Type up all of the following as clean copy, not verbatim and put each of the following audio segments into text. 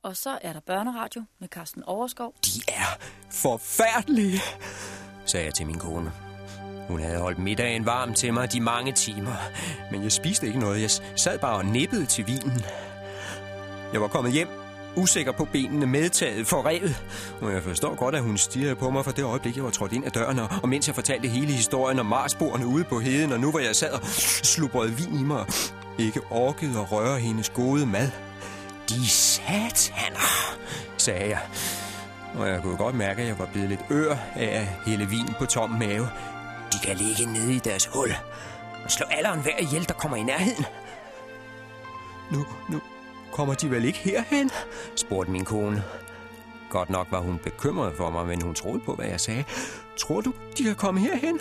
Og så er der børneradio med Carsten Overskov. De er forfærdelige, sagde jeg til min kone. Hun havde holdt middagen varm til mig de mange timer, men jeg spiste ikke noget. Jeg sad bare og nippede til vinen. Jeg var kommet hjem, usikker på benene, medtaget, forrevet. Og jeg forstår godt, at hun stirrede på mig for det øjeblik, jeg var trådt ind ad døren. Og mens jeg fortalte hele historien om marsboerne ude på heden, og nu hvor jeg sad og slubrede vin i mig, ikke orkede at røre hendes gode mad. De sataner, sagde jeg. Og jeg kunne godt mærke, at jeg var blevet lidt ør af at hælde vin på tom mave. De kan ligge nede i deres hul og slå alle og enhver ihjel, der kommer i nærheden. Nu kommer de vel ikke herhen? Spurgte min kone. Godt nok var hun bekymret for mig, men hun troede på, hvad jeg sagde. Tror du, de kan komme herhen?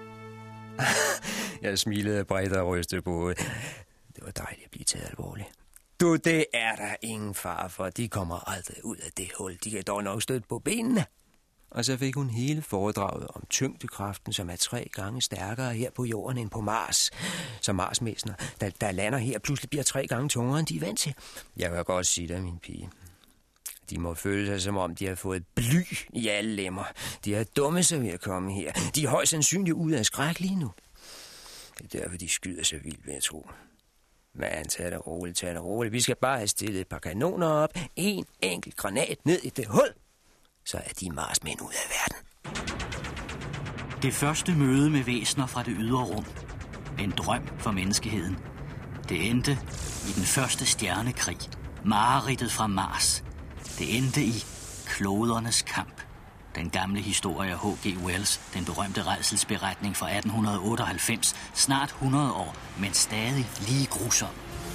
Jeg smilede bredt og rystede på hovedet. Det var dejligt at blive taget alvorligt. Du, det er der ingen far for. De kommer aldrig ud af det hul. De kan dog nok støtte på benene. Og så fik hun hele foredraget om tyngdekraften, som er 3 gange stærkere her på jorden end på Mars. Så Marsmæsner, der lander her, pludselig bliver 3 gange tungere, end de er vant til. Jeg kan godt sige det, min pige. De må føle sig, som om de har fået bly i alle lemmer. De har dumme sig ved at komme her. De er højst sandsynligt ude af skræk lige nu. Det er derfor, de skyder så vildt, vil jeg tro. Men tag det roligt. Vi skal bare have stillet et par kanoner op. En enkelt granat ned i det hul. Så er de marsmænd ud af verden. Det første møde med væsener fra det ydre rum. En drøm for menneskeheden. Det endte i den første stjernekrig. Mareridtet fra Mars. Det endte i klodernes kamp. Den gamle historie af H.G. Wells, den berømte rædselsberetning fra 1898, snart 100 år, men stadig lige grusom.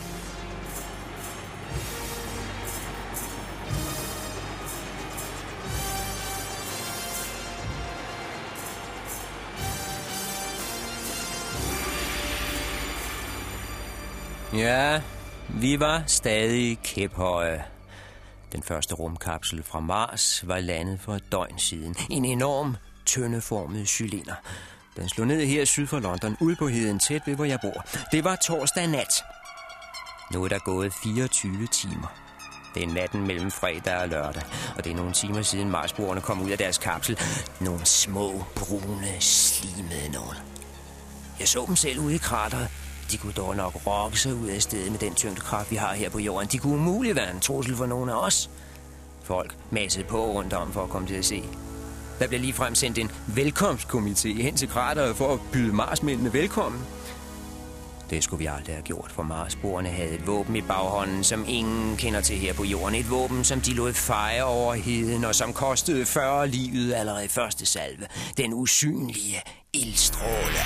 Ja, vi var stadig kæphøje. Den første rumkapsel fra Mars var landet for et døgn siden. En enorm, tøndeformet cylinder. Den slog ned her syd for London, ude på heden tæt ved, hvor jeg bor. Det var torsdag nat. Nu er der gået 24 timer. Det er natten mellem fredag og lørdag, og det er nogle timer siden Marsboerne kom ud af deres kapsel. Nogle små, brune, slimede nogle. Jeg så dem selv ude i krateret. De kunne dog nok rokke sig ud af stedet med den tyngdekraft, vi har her på jorden. De kunne umuligt være en trussel for nogen af os. Folk massede på rundt om for at komme til at se. Der blev ligefrem sendt en velkomstkomité hen til krateret for at byde marsmændene velkommen. Det skulle vi aldrig have gjort, for Marsboerne havde et våben i baghånden, som ingen kender til her på jorden. Et våben, som de lod feje over heden, og som kostede 40 livet allerede i første salve. Den usynlige ildstråle.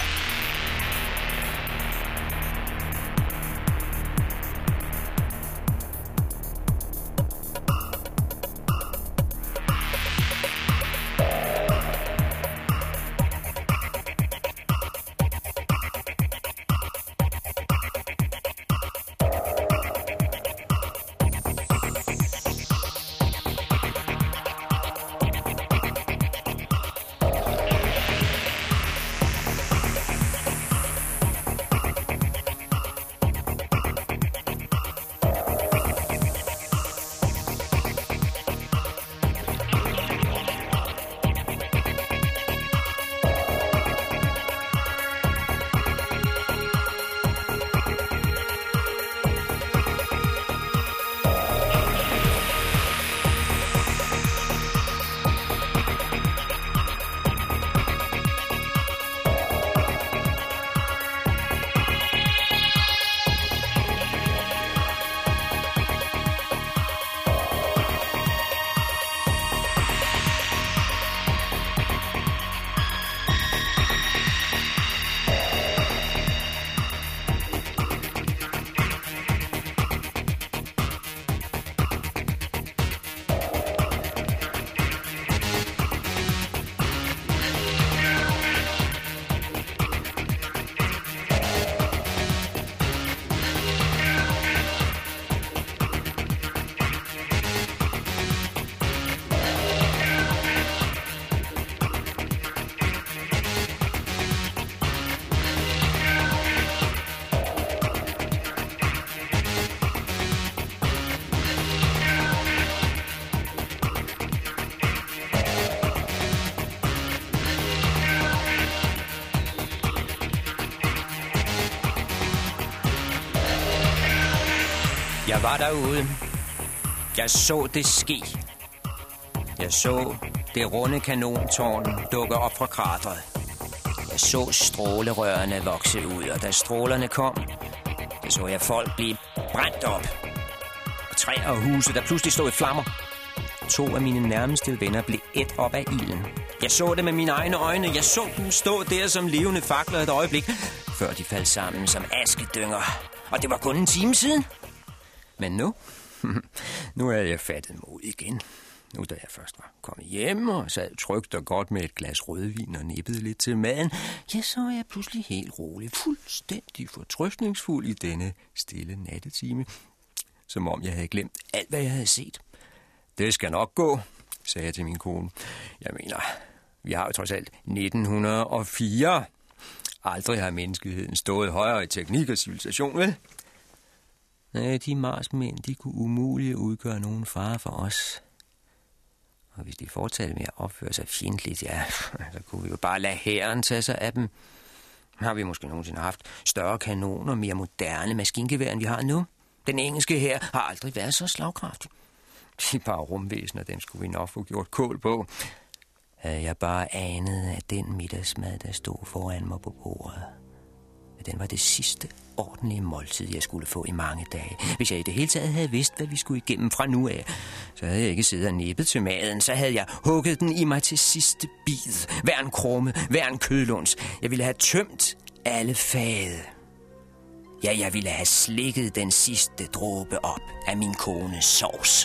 Jeg var derude. Jeg så det ske. Jeg så det runde kanontårn dukke op fra krateret. Jeg så strålerørene vokse ud, og da strålerne kom, så jeg folk blive brændt op. Og træer og huse, der pludselig stod i flammer. 2 af mine nærmeste venner blev ædt op af ilden. Jeg så det med mine egne øjne. Jeg så dem stå der som levende fakler et øjeblik, før de faldt sammen som askedynger. Og det var kun en time siden. Men nu er jeg fattet mod igen. Nu da jeg først var kommet hjem og sad trygt og godt med et glas rødvin og nippede lidt til maden, ja, så er jeg pludselig helt rolig, fuldstændig fortrøstningsfuld i denne stille nattetime, som om jeg havde glemt alt, hvad jeg havde set. Det skal nok gå, sagde jeg til min kone. Jeg mener, vi har jo trods alt 1904. Aldrig har menneskeheden stået højere i teknik og civilisation, vel? Nej, de marsmænd, de kunne umuligt udgøre nogen fare for os. Og hvis de fortsatte med at opføre sig fjendtligt, ja, så kunne vi jo bare lade hæren tage sig af dem. Har vi måske nogensinde haft større kanoner, mere moderne maskingeværer, end vi har nu? Den engelske hær har aldrig været så slagkraftig. De bare rumvæsener, dem skulle vi nok få gjort kål på. Havde jeg bare anet, at den middagsmad, der stod foran mig på bordet, at den var det sidste ordentlige måltid, jeg skulle få i mange dage. Hvis jeg i det hele taget havde vidst, hvad vi skulle igennem fra nu af, så havde jeg ikke siddet og nippet til maden. Så havde jeg hugget den i mig til sidste bid. Hver en krumme, hver en kødluns. Jeg ville have tømt alle fade. Ja, jeg ville have slikket den sidste dråbe op af min kones sovs.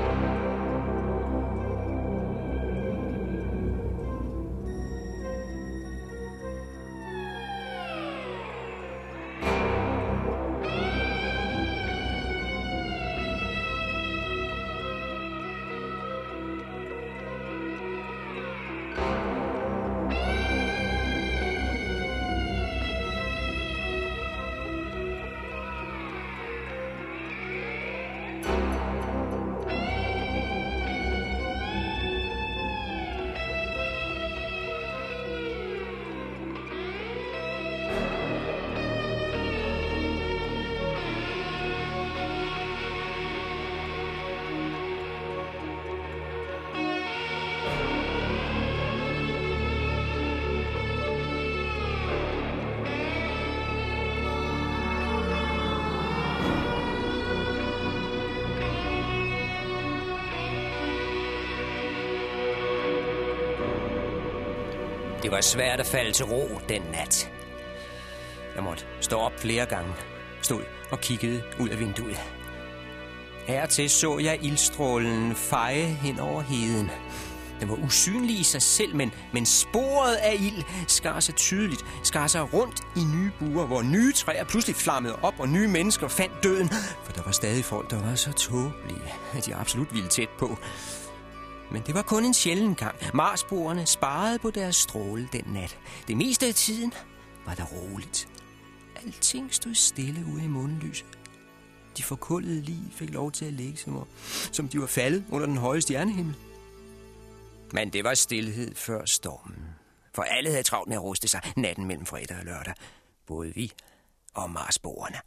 Det var svært at falde til ro den nat. Jeg måtte stå op flere gange, stod og kiggede ud af vinduet. Hertil så jeg ildstrålen feje hen over heden. Den var usynlig i sig selv, men sporet af ild skar sig tydeligt, skar sig rundt i nye buer, hvor nye træer pludselig flammede op, og nye mennesker fandt døden. For der var stadig folk, der var så tåbelige, at de absolut ville tæt på. Men det var kun en sjælden gang. Marsboerne sparede på deres stråle den nat. Det meste af tiden var der roligt. Alting stod stille ude i månelyset. De forkullede lig fik lov til at ligge, som de var faldet under den høje stjernehimmel. Men det var stilhed før stormen. For alle havde travlt med at ruste sig natten mellem fredag og lørdag. Både vi og marsboerne.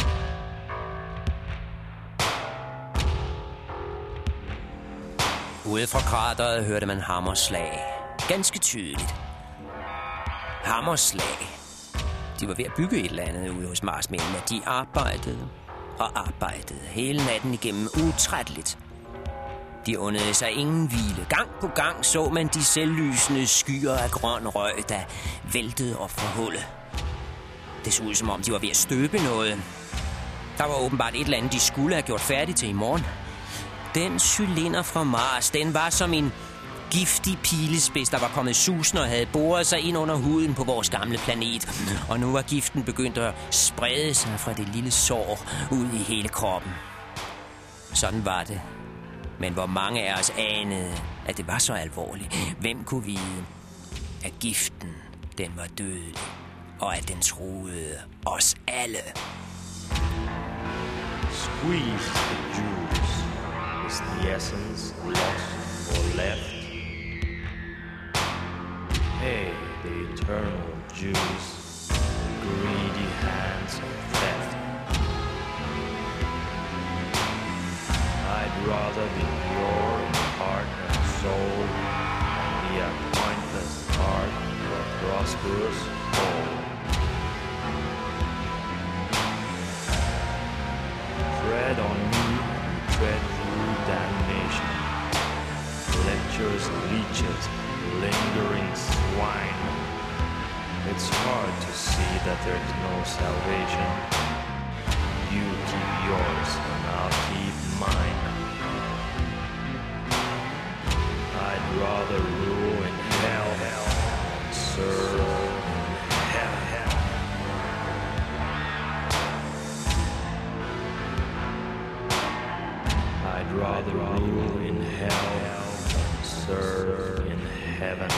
Ude fra krateret hørte man hammerslag. Ganske tydeligt. Hammerslag. De var ved at bygge et eller andet ude hos marsmændene. De arbejdede og arbejdede hele natten igennem utrætteligt. De undede sig ingen hvile. Gang på gang så man de selvlysende skyer af grøn røg, der væltede op fra hullet. Det så ud som om de var ved at støbe noget. Der var åbenbart et eller andet, de skulle have gjort færdigt til i morgen. Den cylinder fra Mars, den var som en giftig pilespids, der var kommet susende og havde boret sig ind under huden på vores gamle planet. Og nu var giften begyndt at sprede sig fra det lille sår ud i hele kroppen. Sådan var det. Men hvor mange af os anede, at det var så alvorligt? Hvem kunne vide, at giften, den var dødelig, og at den truede os alle? Squeeze the juice. Is the essence lost or left? Hey, the eternal juice, the greedy hands of death. rather be pure in heart and soul than be a pointless part of a prosperous whole. Tread on me, tread through damnation. Lectures, leeches, lingering swine. It's hard to see that there's no salvation. You keep yours and I'll keep mine. I'd rather rule in hell than serve in heaven. I'd rather rule in hell than serve in heaven.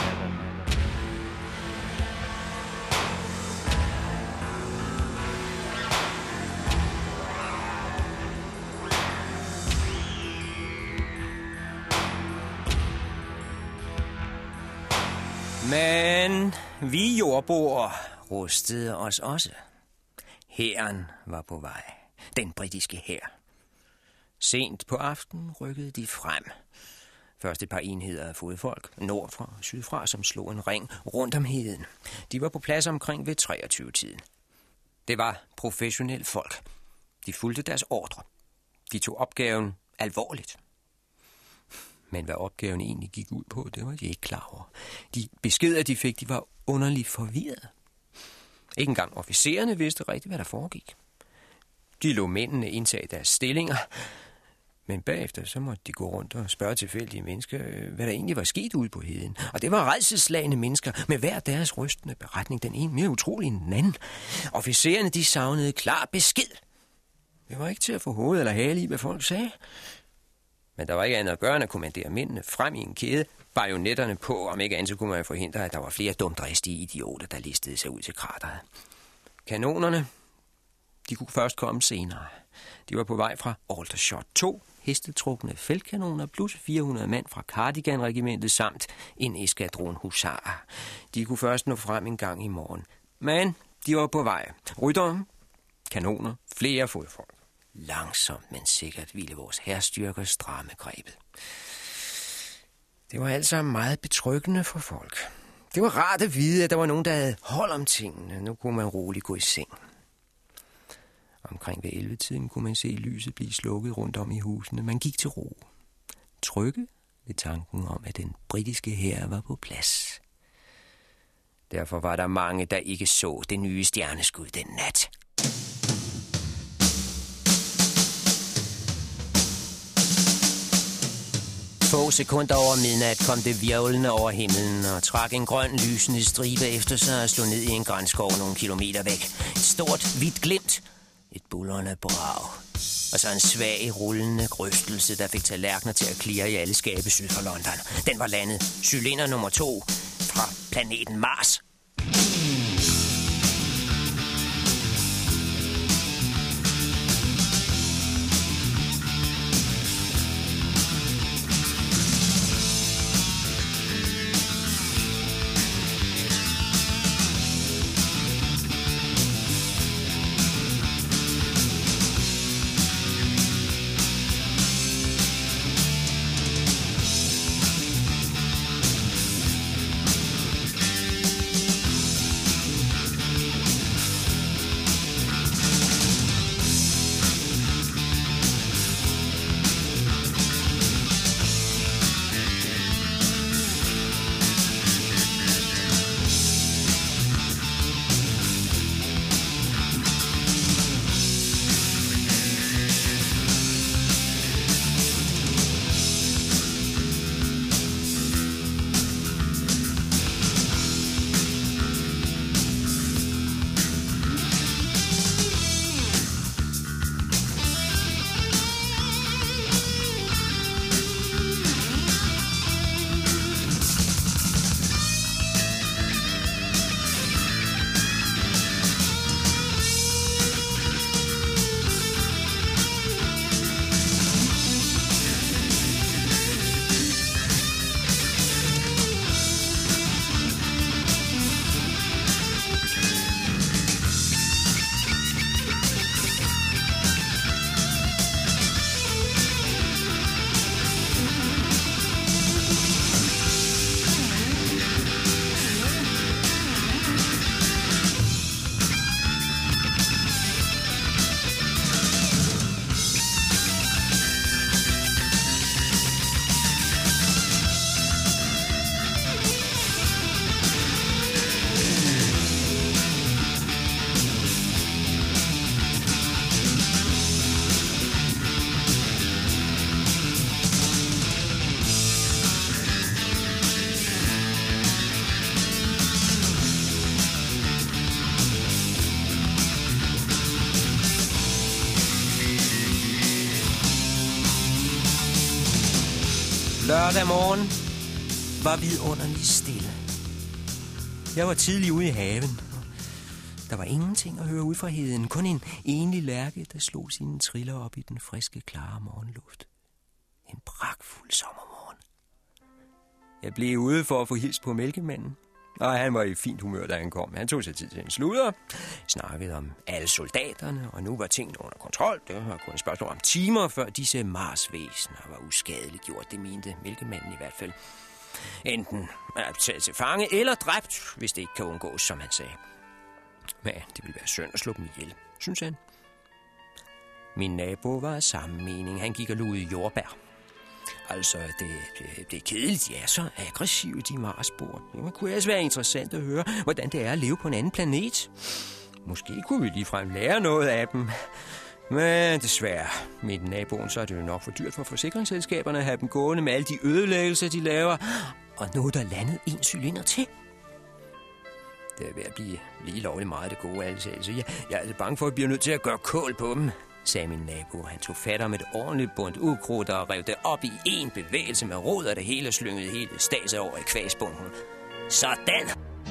Men vi jordboere rustede os også. Hæren var på vej. Den britiske hær. Sent på aftenen rykkede de frem. Først et par enheder af fodfolk, nordfra og sydfra, som slog en ring rundt om heden. De var på plads omkring ved 23-tiden. Det var professionelle folk. De fulgte deres ordre. De tog opgaven alvorligt. Men hvad opgaven egentlig gik ud på, det var de ikke klar over. De beskeder, de fik, de var underligt forvirrede. Ikke engang officererne vidste rigtigt, hvad der foregik. De lod mændene indtage deres stillinger, men bagefter så måtte de gå rundt og spørge tilfældige mennesker, hvad der egentlig var sket ude på heden. Og det var rædselsslagne mennesker med hver deres rystende beretning, den ene mere utrolig end den anden. Officererne, de savnede klar besked. Det var ikke til at få hoved eller hale i, hvad folk sagde. Men der var ikke andet at gøre end at kommandere mændene frem i en kæde, bajonetterne på, om ikke andet så kunne man forhindre, at der var flere dumdristige idioter, der listede sig ud til krateret. Kanonerne, de kunne først komme senere. De var på vej fra Aldershot 2, hestetrukne feltkanoner plus 400 mand fra Cardigan-regimentet samt en eskadron husarer. De kunne først nå frem en gang i morgen. Men de var på vej. Ryttere, kanoner, flere fodfolk. Langsomt, men sikkert ville vores hærstyrker stramme grebet. Det var altså meget betryggende for folk. Det var rart at vide, at der var nogen, der havde hold om tingene. Nu kunne man roligt gå i seng. Omkring ved 11-tiden kunne man se lyset blive slukket rundt om i husene. Man gik til ro. Trygge ved tanken om, at den britiske hær var på plads. Derfor var der mange, der ikke så det nye stjerneskud den nat. Få sekunder over midnat kom det hvirvlende over himlen og trak en grøn lysende stribe efter sig og slog ned i en granskov nogle kilometer væk. Et stort, hvidt glimt. Et buldrende brag. Og så en svag, rullende grøftelse, der fik tallerkener til at klirre i alle skabe syd for London. Den var landet. Cylinder nummer 2 fra planeten Mars. Lørdag morgen var vidunderligt stille. Jeg var tidlig ude i haven. Der var ingenting at høre ud fra heden. Kun en enlig lærke, der slog sine triller op i den friske, klare morgenluft. En pragtfuld sommermorgen. Jeg blev ude for at få hils på mælkemanden. Og han var i fint humør, da han kom. Han tog sig tid til en sludder, snakkede om alle soldaterne, og nu var tingene under kontrol. Det var kun et spørgsmål om timer, før disse Mars-væsener var uskadeligt gjort. Det mente mælkemanden i hvert fald. Enten taget til fange eller dræbt, hvis det ikke kan undgås, som han sagde. Men det ville være synd at slå dem ihjel, synes han. Min nabo var af samme mening. Han gik og lugede jordbær. Altså, det er kedeligt. De er så aggressive, de Marsboer. Det kunne også være interessant at høre, hvordan det er at leve på en anden planet. Måske kunne vi ligefrem lære noget af dem. Men desværre, med naboen, så er det jo nok for dyrt for forsikringsselskaberne at have dem gående med alle de ødelæggelser, de laver. Og nu er der landet en cylinder til. Det er ved at blive lige lovligt meget det gode, altså. Jeg er altså bange for, at vi bliver nødt til at gøre kål på dem, sagde min nabo. Han tog fat om et ordentligt bundt ukrudt og rev det op i en bevægelse med rod, og det hele slyngede hele staset over i kvægsbunken. Sådan!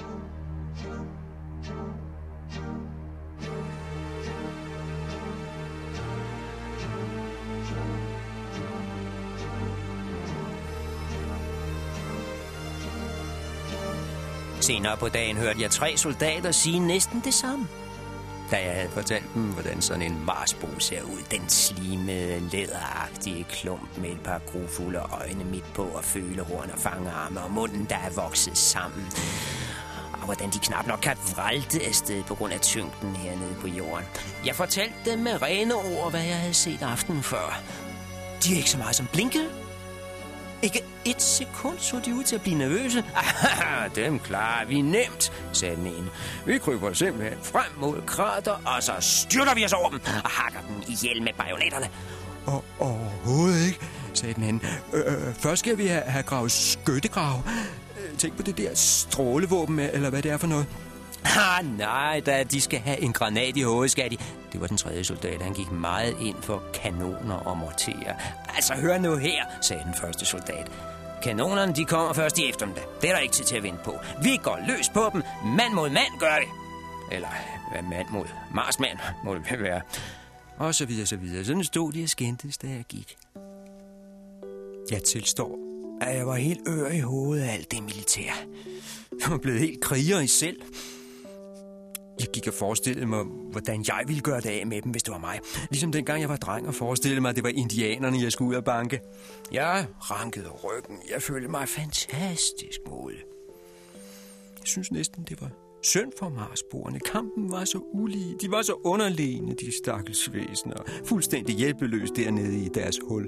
Senere på dagen hørte jeg 3 soldater sige næsten det samme. Da jeg havde fortalt dem, hvordan sådan en marsbo ser ud, den slimede, læderagtige klump med et par grufulde øjne midt på og følehorn og fangarme og munden, der er vokset sammen. Og hvordan de knap nok kan vralte afsted på grund af tyngden hernede på jorden. Jeg fortalte dem med rene ord, hvad jeg havde set aftenen før. De er ikke så meget som blinkede. Ikke et sekund så de ud til at blive nervøse. Dem klarer vi nemt, sagde den ene. Vi kryber simpelthen frem mod krater, og så styrter vi os over dem og hakker dem ihjel med bajonetterne. Overhovedet ikke, sagde den anden. Først skal vi have gravet skyttegrav. Tænk på det der strålevåben, eller hvad det er for noget. Nej, da de skal have en granat i hovedet, skal de. Det var den 3. soldat. Han gik meget ind for kanoner og morterer. Altså, hør nu her, sagde den 1. soldat. Kanonerne, de kommer først i eftermiddag. Det er der ikke tid til at vente på. Vi går løs på dem. Mand mod mand gør det. Eller mand mod Marsmand, må det være. Og så videre, så videre. Sådan stod de og skændtes, da jeg gik. Jeg tilstår, at jeg var helt ør i hovedet af alt det militær. Jeg var blevet helt kriger i selv. Jeg gik og forestillede mig, hvordan jeg ville gøre det af med dem, hvis det var mig. Ligesom dengang jeg var dreng og forestillede mig, at det var indianerne, jeg skulle ud og banke. Jeg rankede ryggen. Jeg følte mig fantastisk modig. Jeg synes næsten, det var synd for Marsboerne. Kampen var så ulige. De var så underlegne, de stakkels væsener. Fuldstændig hjælpeløse dernede i deres hul.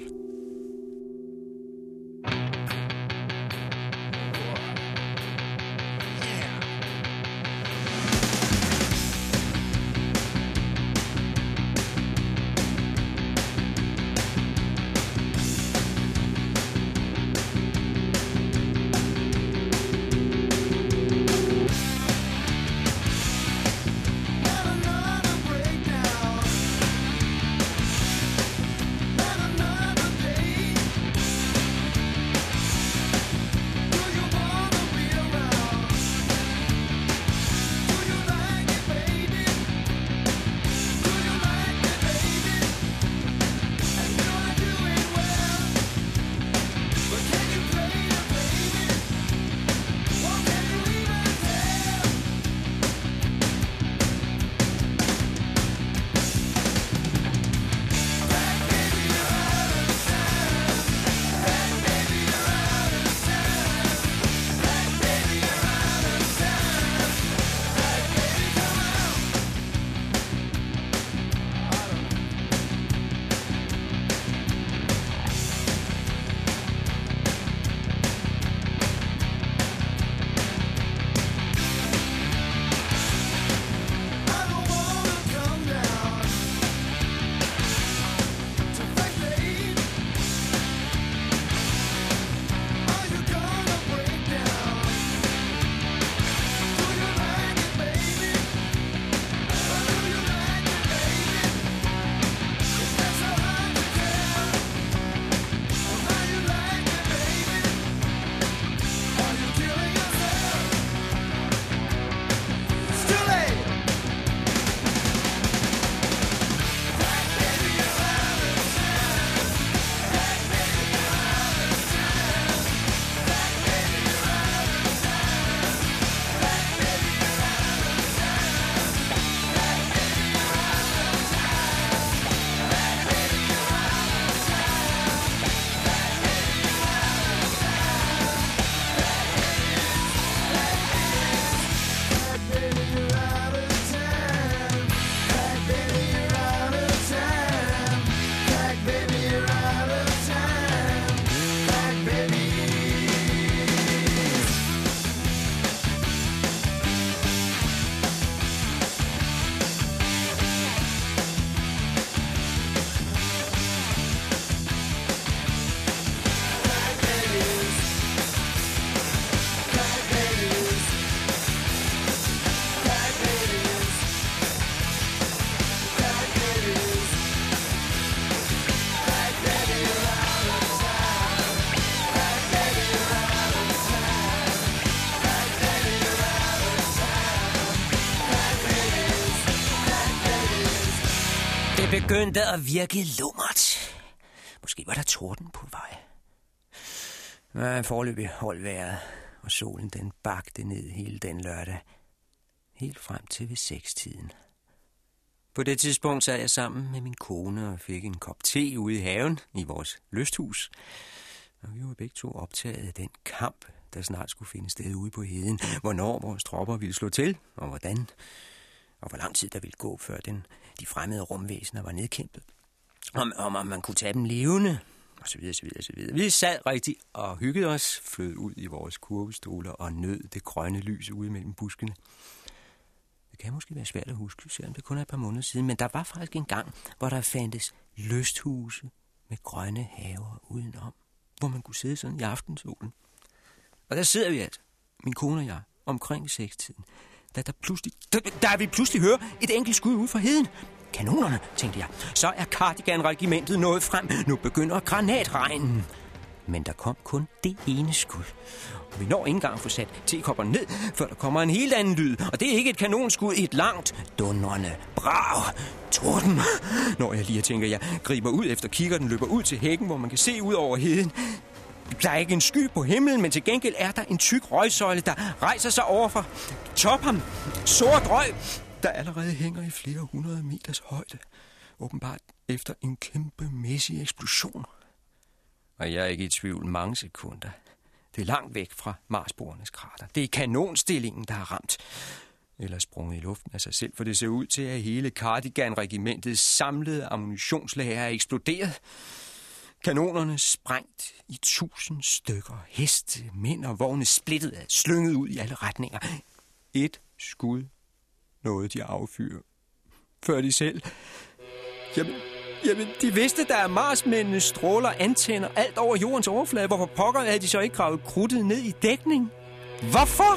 begyndte at virke lummert. Måske var der torden på vej. Men foreløbig holdt vejret, og solen den bagte ned hele den lørdag. Helt frem til ved 6-tiden. På det tidspunkt sad jeg sammen med min kone og fik en kop te ude i haven i vores lysthus. Og vi var begge to optaget af den kamp, der snart skulle finde sted ude på heden. Hvornår vores tropper ville slå til, og hvordan. Og hvor lang tid der ville gå, før de fremmede rumvæsener var nedkæmpet. Om man kunne tage dem levende, og så videre, så videre, så videre. Vi sad rigtig og hyggede os, flød ud i vores kurvestoler og nød det grønne lys ude mellem buskene. Det kan måske være svært at huske, selvom det kun er et par måneder siden, men der var faktisk en gang, hvor der fandtes lysthuse med grønne haver udenom, hvor man kunne sidde sådan i aftensolen. Og der sidder vi altså, min kone og jeg, omkring 6-tiden, da vi pludselig hører et enkelt skud ud fra heden. Kanonerne, tænkte jeg. Så er Cardigan-regimentet nået frem. Nu begynder granatregnen. Men der kom kun det ene skud. Og vi når ikke engang at få sat tekopperne ned, før der kommer en helt anden lyd. Og det er ikke et kanonskud, et langt, dundrende brag. Torden. Når jeg lige tænker, jeg griber ud efter kikkerten, løber ud til hækken, hvor man kan se ud over heden. Der er ikke en sky på himlen, men til gengæld er der en tyk røgsøjle, der rejser sig over fra Topham. Sort røg, der allerede hænger i flere 100 meters højde. Åbenbart efter en kæmpemæssig eksplosion. Og jeg er ikke i tvivl mange sekunder. Det er langt væk fra Marsboernes krater. Det er kanonstillingen, der har ramt. Eller sprunget i luften af sig selv, for det ser ud til, at hele Cardigan-regimentets samlede ammunitionslager er eksploderet. Kanonerne sprængt i 1000 stykker. Heste, mænd og vogne splittet, slynget ud i alle retninger. Et skud nåede de affyre. Før de selv... Jamen, de vidste, der er Marsmændenes stråler, antænder alt over jordens overflade. Hvorfor pokker havde de så ikke gravet krudtet ned i dækning? Hvorfor?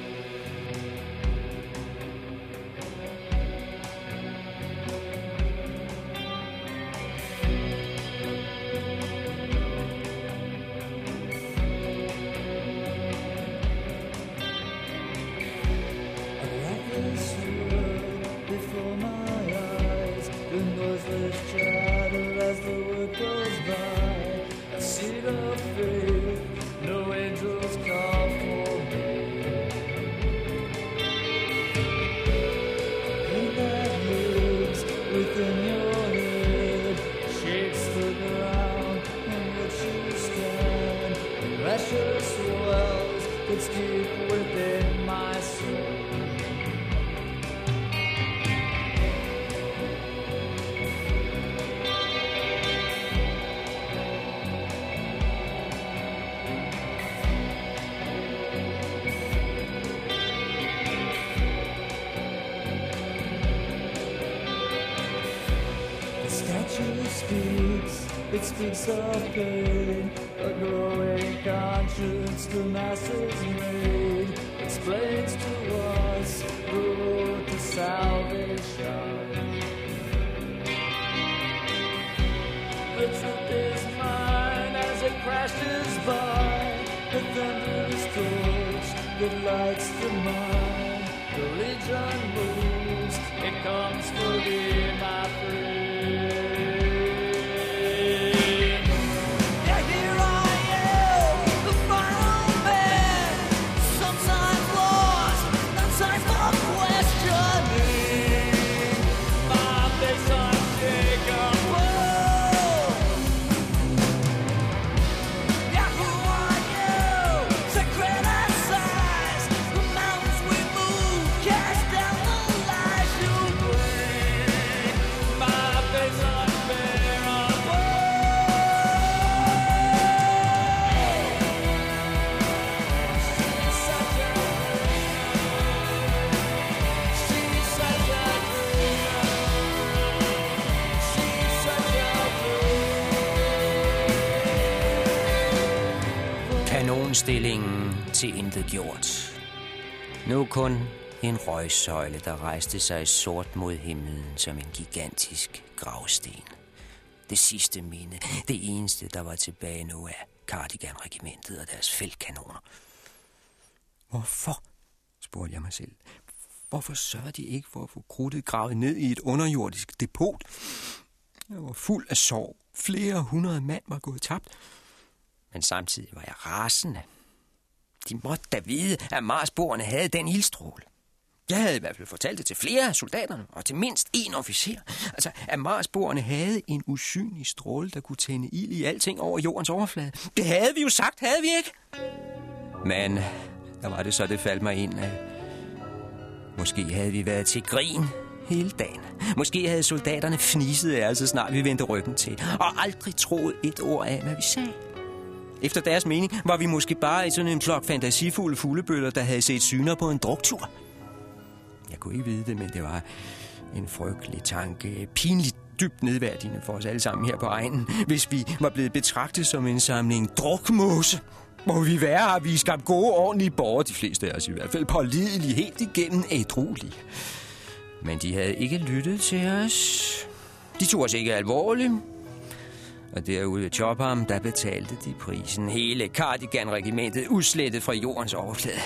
It speaks of pain, a growing conscience the masses made. Explains to us the road to salvation. The truth is mine as it crashes by. The thunderous torch that lights the mind. The legion moves, it comes for thee, my friend. Kanonstillingen til intet gjort. Nu kun en røgsøjle, der rejste sig sort mod himlen som en gigantisk gravsten. Det sidste minde, det eneste, der var tilbage nu, er Cardigan-regimentet og deres feltkanoner. Hvorfor, spurgte jeg mig selv, Hvorfor sørger de ikke for at få krudtet gravet ned i et underjordisk depot? Jeg var fuld af sorg. Flere 100 mand var gået tabt. Men samtidig var jeg rasende. De måtte da vide, at Marsboerne havde den ildstråle. Jeg havde i hvert fald fortalt det til flere af soldaterne, og til mindst en officer. Altså, at Marsboerne havde en usynlig stråle, der kunne tænde ild i alting over jordens overflade. Det havde vi jo sagt, havde vi ikke? Men der var det så, det faldt mig ind, at måske havde vi været til grin hele dagen. Måske havde soldaterne fniset af os, så snart vi vendte ryggen til, og aldrig troet et ord af, hvad vi sagde. Efter deres mening var vi måske bare i sådan en flok fantasifulde fuglebøller, der havde set syner på en druktur. Jeg kunne ikke vide det, men det var en frygtelig tanke, pinligt dybt nedværdigende for os alle sammen her på egnen, hvis vi var blevet betragtet som en samling drukmåse. Må vi være, har vi skabt gode, ordentlige borgere, de fleste af os i hvert fald, pålidelige, helt igennem ædruelige. Men de havde ikke lyttet til os. De tog os ikke alvorligt. Og derude ved Chopham, der betalte de prisen. Hele Cardigan-regimentet udslettet fra jordens overflade.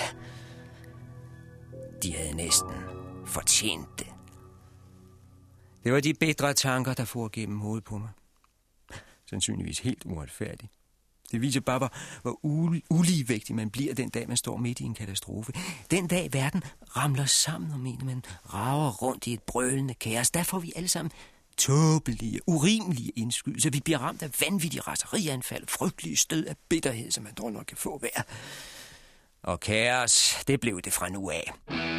De havde næsten fortjent det. Det var de bitre tanker, der for gennem hovedet på mig. Sandsynligvis helt uretfærdigt. Det viser bare, hvor uligevægtig man bliver den dag, man står midt i en katastrofe. Den dag, verden ramler sammen om en, man rager rundt i et brølende kaos. Der får vi alle sammen tåbelige, urimelige indskydelser. Vi bliver ramt af vanvittige raserianfald, frygtelige stød af bitterhed, som man dog nok kan få hver. Og kaos, det blev det fra nu af.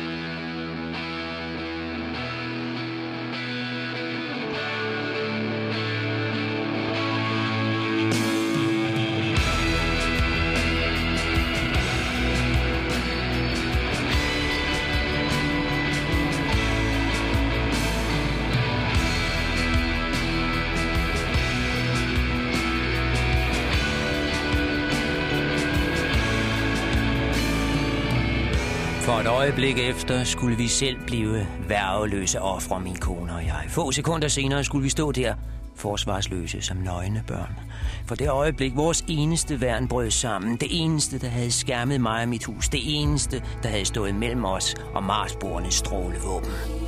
For et øjeblik efter skulle vi selv blive værgeløse ofre, min kone og jeg. Få sekunder senere skulle vi stå der, forsvarsløse som nøgne børn. For det øjeblik vores eneste værn brød sammen. Det eneste, der havde skærmet mig og mit hus. Det eneste, der havde stået mellem os og Marsboernes strålevåben.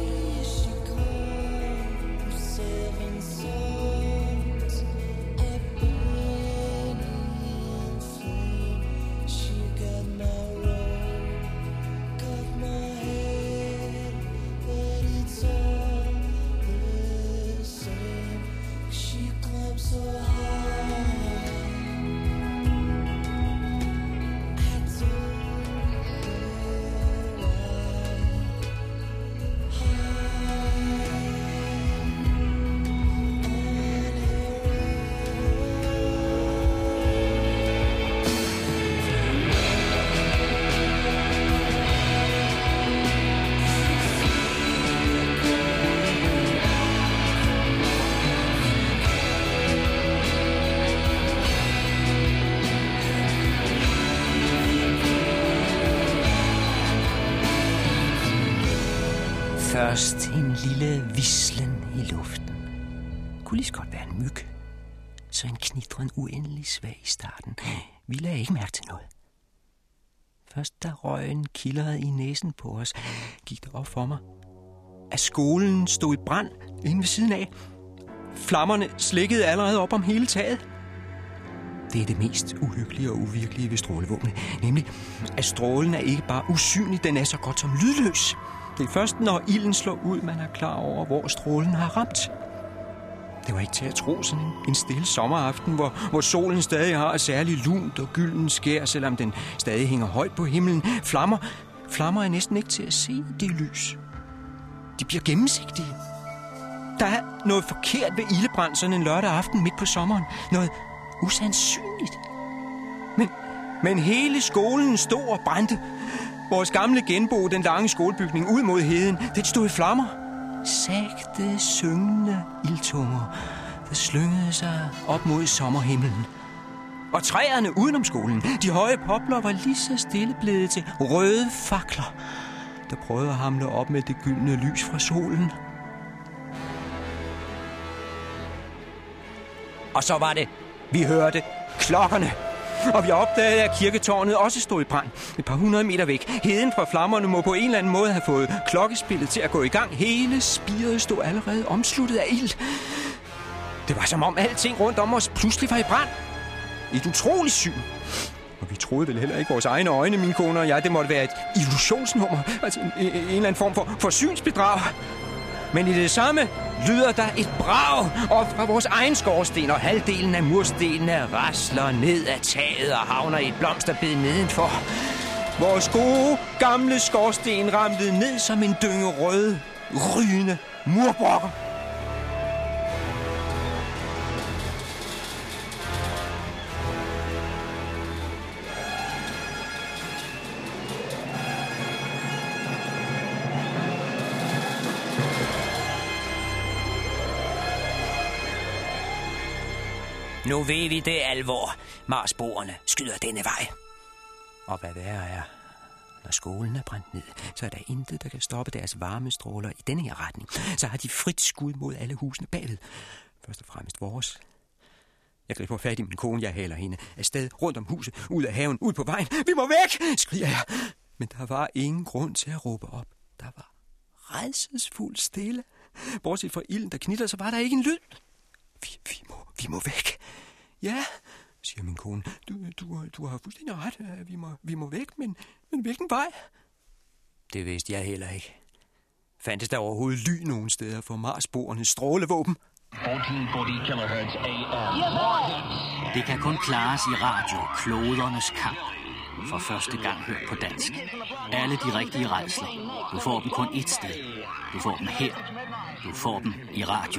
Først en lille vislen i luften. Kunne lige så godt være en myg. Så en knitren uendelig svag i starten. Vi lagde ikke mærke til noget. Først da røgen kildrede i næsen på os, gik det op for mig, at skolen stod i brand inde ved siden af. Flammerne slikkede allerede op om hele taget. Det er det mest uhyggelige og uvirkelige ved strålevåbnet. Nemlig, at strålen er ikke bare usynlig, den er så godt som lydløs. Det er først, når ilden slår ud, man er klar over, hvor strålen har ramt. Det var ikke til at tro, sådan en stille sommeraften, hvor solen stadig har et særligt lunt og gylden skær, selvom den stadig hænger højt på himlen. Flammer er næsten ikke til at se det lys. De bliver gennemsigtige. Der er noget forkert ved ildebrand sådan en lørdag aften midt på sommeren. Noget usandsynligt. Men hele skolen stod og brændte. Vores gamle genbo, den lange skolebygning ud mod heden, det stod i flammer. Sagte, syngende ildtunger, der slyngede sig op mod sommerhimlen. Og træerne udenom skolen, de høje popler, var lige så stille blevet til røde fakler, der prøvede at hamle op med det gyldne lys fra solen. Og så var det, vi hørte klokkerne. Og vi opdagede, at kirketårnet også stod i brand. Et par 100 meter væk. Heden fra flammerne må på en eller anden måde have fået klokkespillet til at gå i gang. Hele spiret stod allerede omsluttet af ild. Det var som om alting rundt om os pludselig var i brand. Et utroligt syn. Og vi troede vel heller ikke vores egne øjne, min kone og jeg. Det måtte være et illusionsnummer. Altså en eller anden form for synsbedrag. Men i det samme lyder der et brag op fra vores egen skorsten, og halvdelen af murstenene rasler ned ad taget og havner i et blomsterbed nedenfor. Vores gode, gamle skorsten ramlede ned som en dynge røde, rygende murbrokker. Nu ved vi det alvor. Marsboerne skyder denne vej. Og hvad værre er, når skolen er brændt ned, så er der intet, der kan stoppe deres varmestråler i denne her retning. Så har de frit skud mod alle husene bagved. Først og fremmest vores. Jeg griber fat i min kone, jeg haler hende afsted rundt om huset, ud af haven, ud på vejen. Vi må væk, skriger jeg. Men der var ingen grund til at råbe op. Der var rædselsfuldt stille. Bortset fra ilden, der knitter, så var der ikke en lyd. Vi må væk. Ja, siger min kone. Du har fuldstændig ret. Vi må væk, men hvilken vej? Det vidste jeg heller ikke. Fandtes der overhovedet ly nogen steder for Marsboernes strålevåben? 1440 kHz AM. Det kan kun klares i radio. Klodernes kamp. For første gang hørt på dansk. Alle de rigtige rædsler. Du får dem kun ét sted. Du får dem her. Du får dem i radio.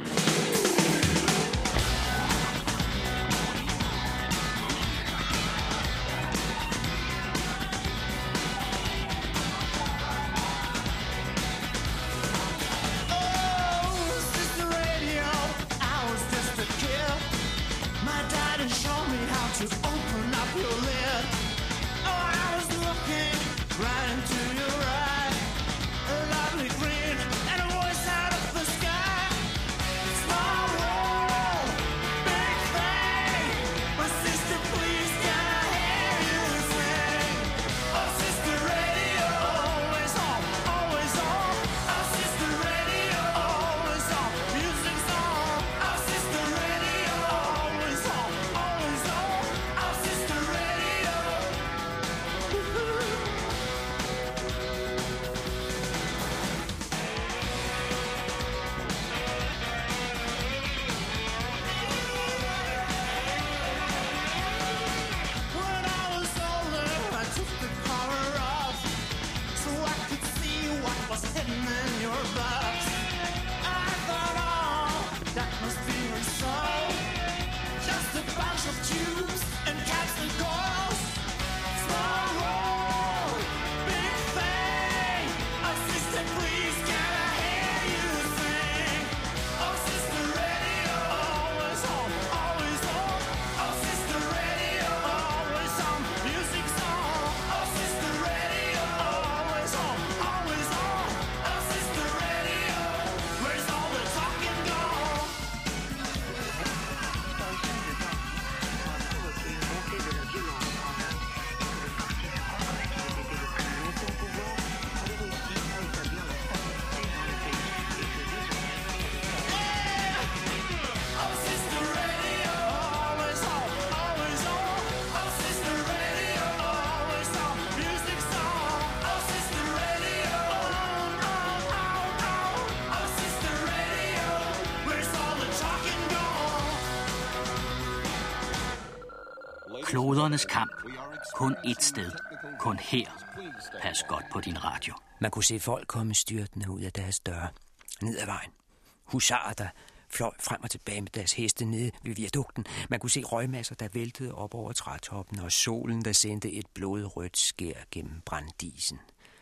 Klodernes kamp. Kun ét sted. Kun her. Pas godt på din radio. Man kunne se folk komme styrtende ud af deres døre. Ned ad vejen. Husarer, der fløj frem og tilbage med deres heste nede ved viadukten. Man kunne se røgmasser, der væltede op over trætoppen, og solen, der sendte et blodrødt skær gennem branddisen.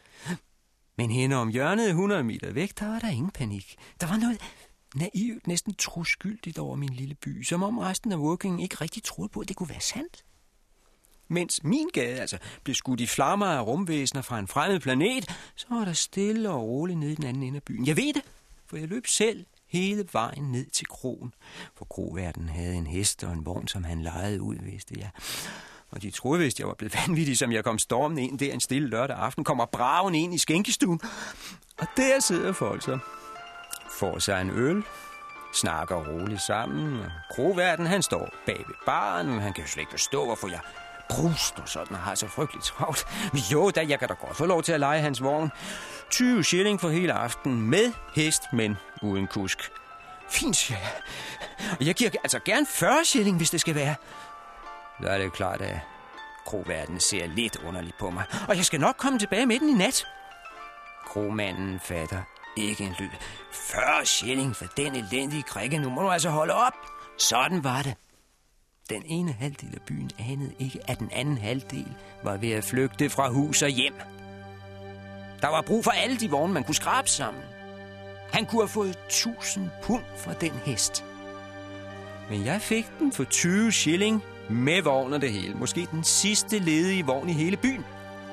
Men hende om hjørnet 100 meter væk, der var der ingen panik. Der var noget naivt, næsten troskyldigt over min lille by, som om resten af Woking ikke rigtig troede på, at det kunne være sandt. Mens min gade altså blev skudt i flammer af rumvæsener fra en fremmed planet, så var der stille og roligt nede i den anden ende af byen. Jeg ved det, for jeg løb selv hele vejen ned til kroen. For kroværten havde en hest og en vogn, som han lejede ud, vidste jeg. Og de troede vist, jeg var blevet vanvittig, som jeg kom stormende ind der en stille lørdag aften, kommer braven ind i skænkestuen. Og der sidder folk så, får sig en øl, snakker roligt sammen. Og kroværten, han står bag ved baren, han kan jo slet ikke forstå, hvorfor jeg bruster sådan og har så frygteligt travlt. Jo da, jeg kan da godt få lov til at lege hans vogn. 20 shilling for hele aften med hest, men uden kusk. Fint, siger jeg. Og jeg giver altså gerne 40 shilling, hvis det skal være. Så er det klart, at kroværten ser lidt underligt på mig. Og jeg skal nok komme tilbage med den i nat. Kromanden fatter ikke en lyd. 40 shilling for den elendige krikke. Nu må du altså holde op. Sådan var det. Den ene halvdel af byen anede ikke, at den anden halvdel var ved at flygte fra hus og hjem. Der var brug for alle de vogne, man kunne skrabe sammen. Han kunne have fået 1000 pund for den hest. Men jeg fik den for 20 shilling med vogn og det hele. Måske den sidste ledige vogn i hele byen.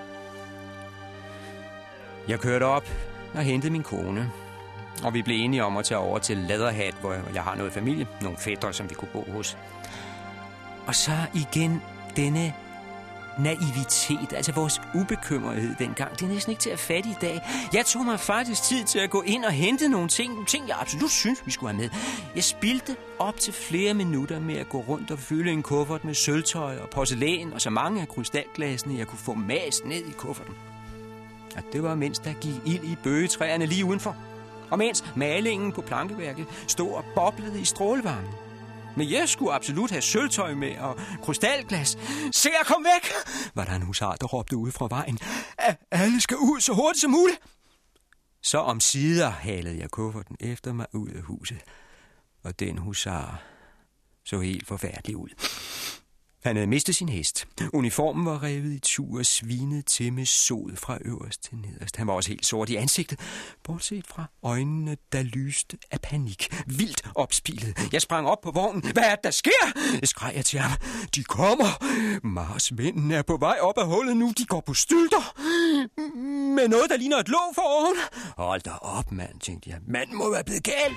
Jeg kørte op og hentede min kone. Og vi blev enige om at tage over til Leatherhead, hvor jeg har noget familie. Nogle fætre, som vi kunne bo hos. Og så igen denne naivitet, altså vores ubekymrethed dengang. Det er næsten ikke til at fatte i dag. Jeg tog mig faktisk tid til at gå ind og hente nogle ting, jeg absolut synes, vi skulle have med. Jeg spildte op til flere minutter med at gå rundt og fylde en kuffert med sølvtøj og porcelæn og så mange af krystalglasene, jeg kunne få mast ned i kufferten. Og det var mens der gik ild i bøgetræerne lige udenfor. Og mens malingen på plankeværket stod og boblede i strålevarmen. Men jeg skulle absolut have sølvtøj med og krystalglas. Se at komme væk, var der en husar, der råbte ude fra vejen. Alle skal ud så hurtigt som muligt. Så omsider halede jeg kufferten efter mig ud af huset. Og den husar så helt forfærdelig ud. Han havde mistet sin hest. Uniformen var revet i tur og svinet til med sod fra øverst til nederst. Han var også helt sort i ansigtet, bortset fra øjnene, der lyste af panik. Vildt opspilet. Jeg sprang op på vognen. Hvad er det, der sker? Skreg jeg til ham. De kommer. Marsmændene er på vej op af hullet nu. De går på stylter. Med noget, der ligner et låg for oven. Hold da op, mand, tænkte jeg. Manden må være blevet gal.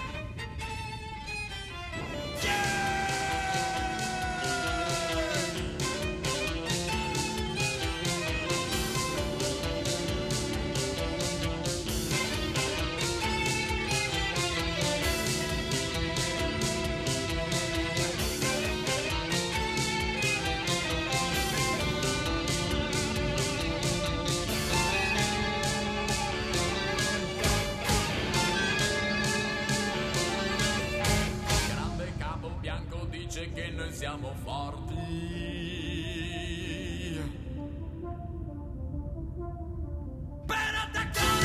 Che noi siamo forti. Per attaccare!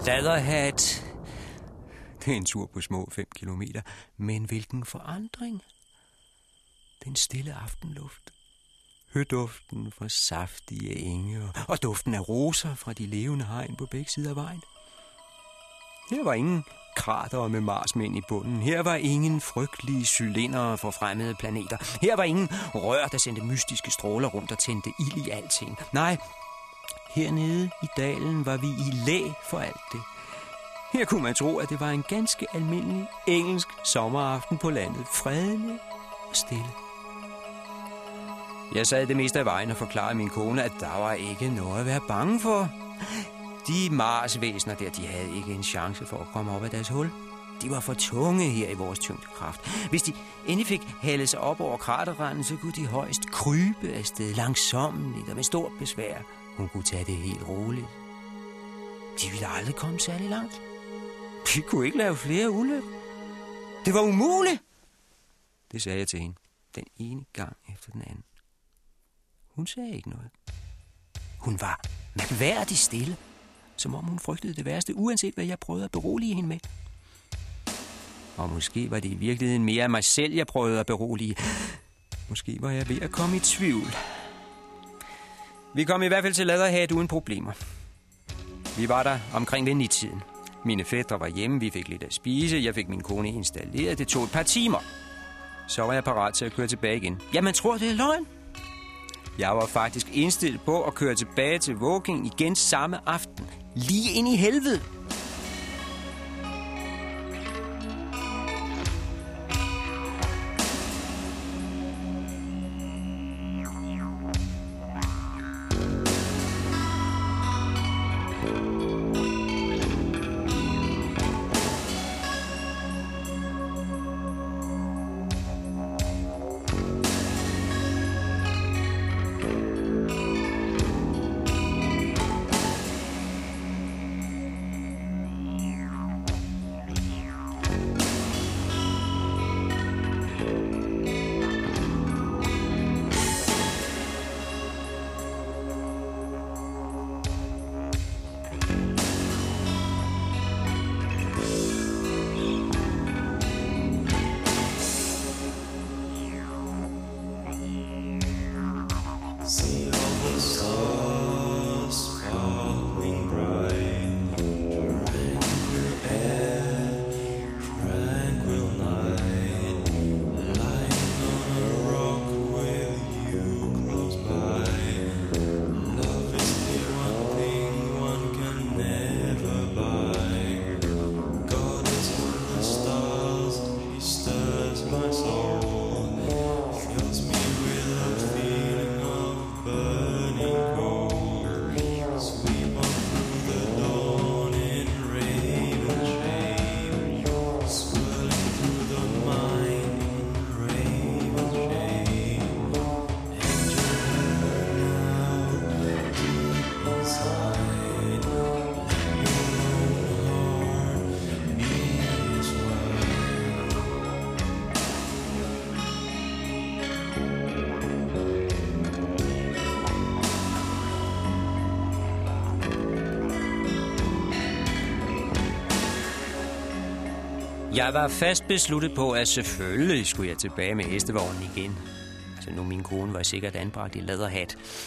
Leatherhead. Det er en tur på små 5 kilometer. Men hvilken forandring? Den stille aftenluft. Høduften fra saftige enge og duften af roser fra de levende hegn på begge sider af vejen. Her var ingen kratere med marsmænd i bunden. Her var ingen frygtelige cylindere for fremmede planeter. Her var ingen rør, der sendte mystiske stråler rundt og tændte ild i alting. Nej, hernede i dalen var vi i læ for alt det. Her kunne man tro, at det var en ganske almindelig engelsk sommeraften på landet. Fredelig og stille. Jeg sad det meste af vejen og forklarede min kone, at der var ikke noget at være bange for. De Mars-væsener der, de havde ikke en chance for at komme op af deres hul. De var for tunge her i vores tyngdekraft. Hvis de endelig fik hældet sig op over kraterranden, så kunne de højst krybe afsted langsommeligt og med stort besvær. Hun kunne tage det helt roligt. De ville aldrig komme særlig langt. De kunne ikke lave flere ulykker. Det var umuligt. Det sagde jeg til hende den ene gang efter den anden. Hun sagde ikke noget. Hun var mærkværdigt stille, som om hun frygtede det værste, uanset hvad jeg prøvede at berolige hende med. Og måske var det i virkeligheden mere af mig selv, jeg prøvede at berolige. Måske var jeg ved at komme i tvivl. Vi kom i hvert fald til Leatherhead uden problemer. Vi var der omkring ved 9-tiden. Mine fætre var hjemme, vi fik lidt at spise, jeg fik min kone installeret, det tog et par timer. Så var jeg parat til at køre tilbage igen. Jamen, tror det er løgn? Jeg var faktisk indstillet på at køre tilbage til Woking igen samme aften. Lige ind i helvede. Jeg var fast besluttet på, at selvfølgelig skulle jeg tilbage med hestevognen igen. Altså nu min kone var sikkert anbragt i Leatherhead.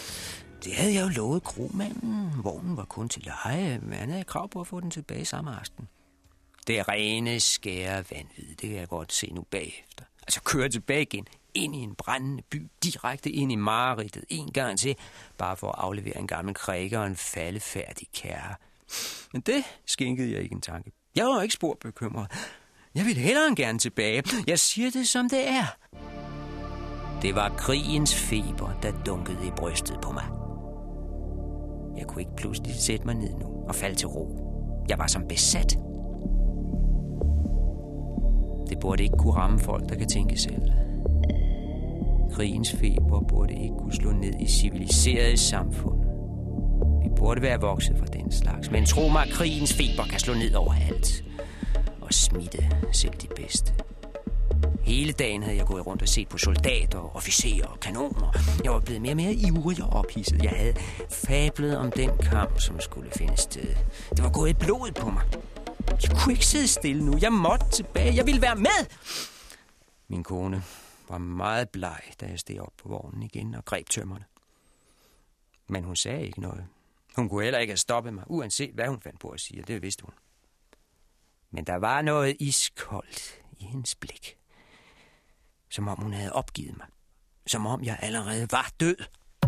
Det havde jeg jo lovet kromanden. Vognen var kun til leje, men han havde krav på at få den tilbage samme aften. Det er rene skære vanvid, det kan jeg godt se nu bagefter. Altså køre tilbage igen, ind i en brændende by, direkte ind i mareridtet, en gang til, bare for at aflevere en gammel kriger og en faldefærdig kærre. Men det skænkede jeg ikke en tanke. Jeg var ikke spor bekymret. Jeg ville hellere end gerne tilbage. Jeg siger det, som det er. Det var krigens feber, der dunkede i brystet på mig. Jeg kunne ikke pludselig sætte mig ned nu og falde til ro. Jeg var som besat. Det burde ikke kunne ramme folk, der kan tænke selv. Krigens feber burde ikke kunne slå ned i civiliserede samfund. Vi burde være vokset fra den slags. Men tro mig, krigens feber kan slå ned overalt. Og smitte selv de bedste. Hele dagen havde jeg gået rundt og set på soldater, officerer og kanoner. Jeg var blevet mere og mere ivrig og ophidset. Jeg havde fablet om den kamp, som skulle finde sted. Det var gået i blodet på mig. Jeg kunne ikke sidde stille nu. Jeg måtte tilbage. Jeg ville være med. Min kone var meget bleg, da jeg steg op på vognen igen og greb tømmerne. Men hun sagde ikke noget. Hun kunne heller ikke have stoppet mig, uanset hvad hun fandt på at sige. Det vidste hun. Men der var noget iskoldt i hendes blik. Som om hun havde opgivet mig. Som om jeg allerede var død.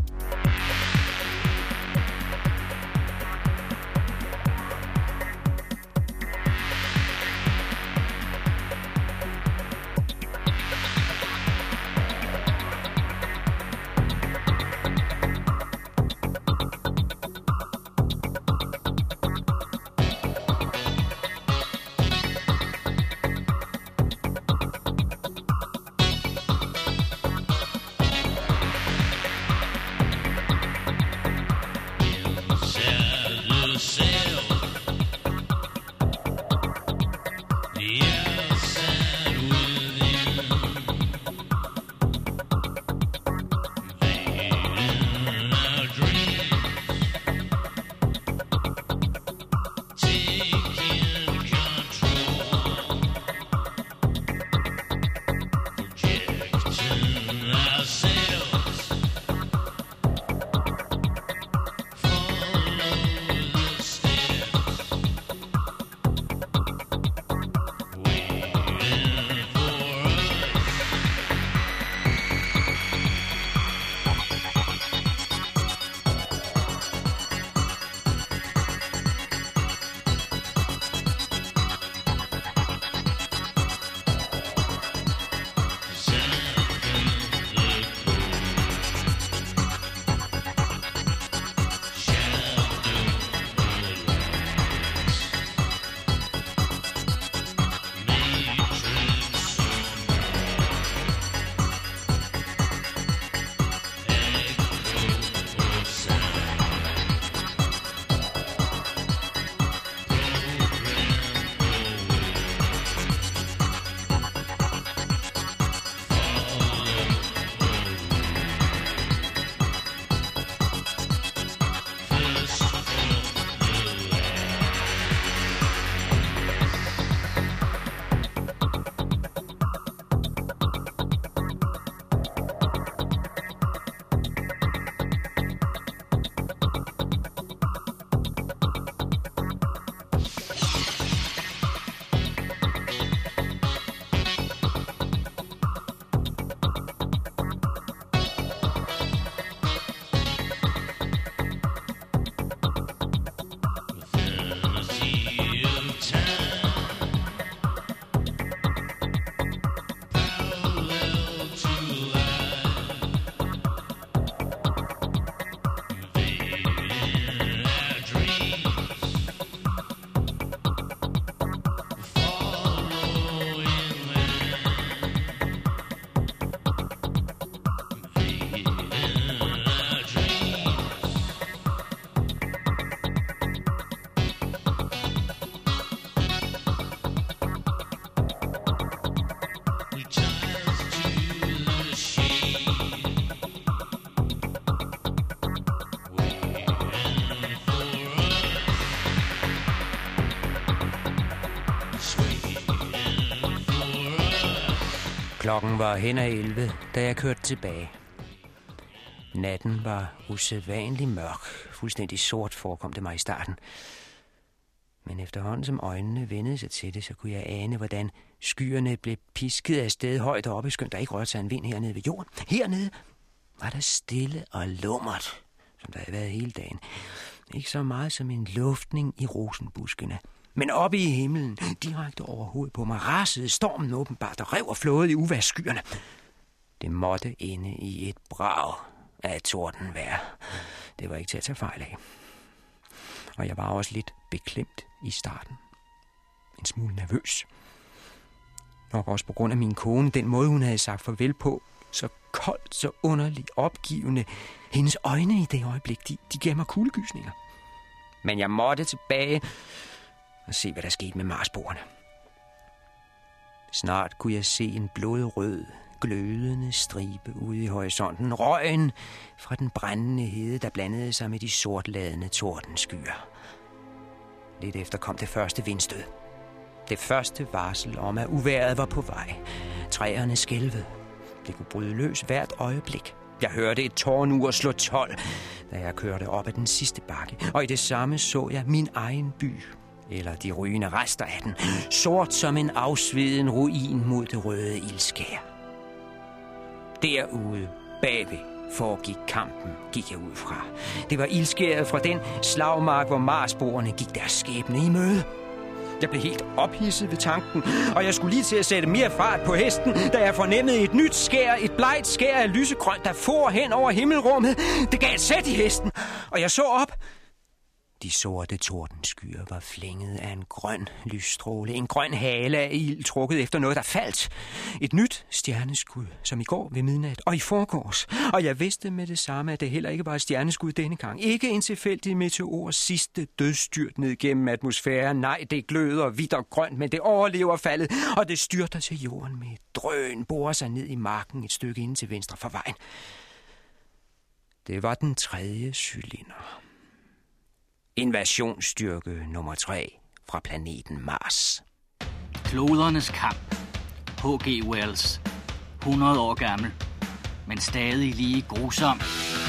Klokken var hen ad 11, da jeg kørte tilbage. Natten var usædvanlig mørk. Fuldstændig sort forekom det mig i starten. Men efterhånden som øjnene vendede sig til det, så kunne jeg ane, hvordan skyerne blev pisket af sted højt oppe, skønt der ikke rørte sig en vind hernede ved jorden. Hernede var der stille og lummert, som der havde været hele dagen. Ikke så meget som en luftning i rosenbuskene. Men oppe i himlen, direkte over hovedet på mig, rasede stormen åbenbart og rev og flåede i uvejrsskyerne. Det måtte ende i et brag af et tordenvejr. Det var ikke til at tage fejl af. Og jeg var også lidt beklemt i starten. En smule nervøs. Nok også på grund af min kone, den måde hun havde sagt farvel på, så koldt, så underligt opgivende. Hendes øjne i det øjeblik, de gav mig kuldegysninger. Men jeg måtte tilbage og se, hvad der skete med Marsboerne. Snart kunne jeg se en blodrød, glødende stribe ude i horisonten. Røgen fra den brændende hede, der blandede sig med de sortladende tordenskyer. Lidt efter kom det første vindstød. Det første varsel om, at uvejret var på vej. Træerne skælvede. Det kunne bryde løs hvert øjeblik. Jeg hørte et tårnur slå 12, da jeg kørte op ad den sidste bakke. Og i det samme så jeg min egen by, eller de rygende rester af den, sort som en afsveden ruin mod det røde ildskær. Derude bagved foregik kampen, gik jeg ud fra. Det var ildskæret fra den slagmark, hvor marsboerne gik deres skæbne i møde. Jeg blev helt ophidset ved tanken, og jeg skulle lige til at sætte mere fart på hesten, da jeg fornemmede et nyt skær, et blegt skær af lysegrønt, der for hen over himmelrummet. Det gav et sæt i hesten, og jeg så op. De sorte tordenskyer var flænget af en grøn lysstråle, en grøn hale af ild trukket efter noget, der faldt. Et nyt stjerneskud, som i går ved midnat og i forgårs. Og jeg vidste med det samme, at det heller ikke var et stjerneskud denne gang. Ikke en tilfældig meteors sidste dødsstyrt ned gennem atmosfæren. Nej, det gløder hvidt og grønt, men det overlever faldet, og det styrter til jorden med et drøn, borer sig ned i marken et stykke inde til venstre for vejen. Det var den 3. cylinder. Invasionsstyrke nummer 3 fra planeten Mars. Klodernes kamp. H.G. Wells. 100 år gammel, men stadig lige grusom.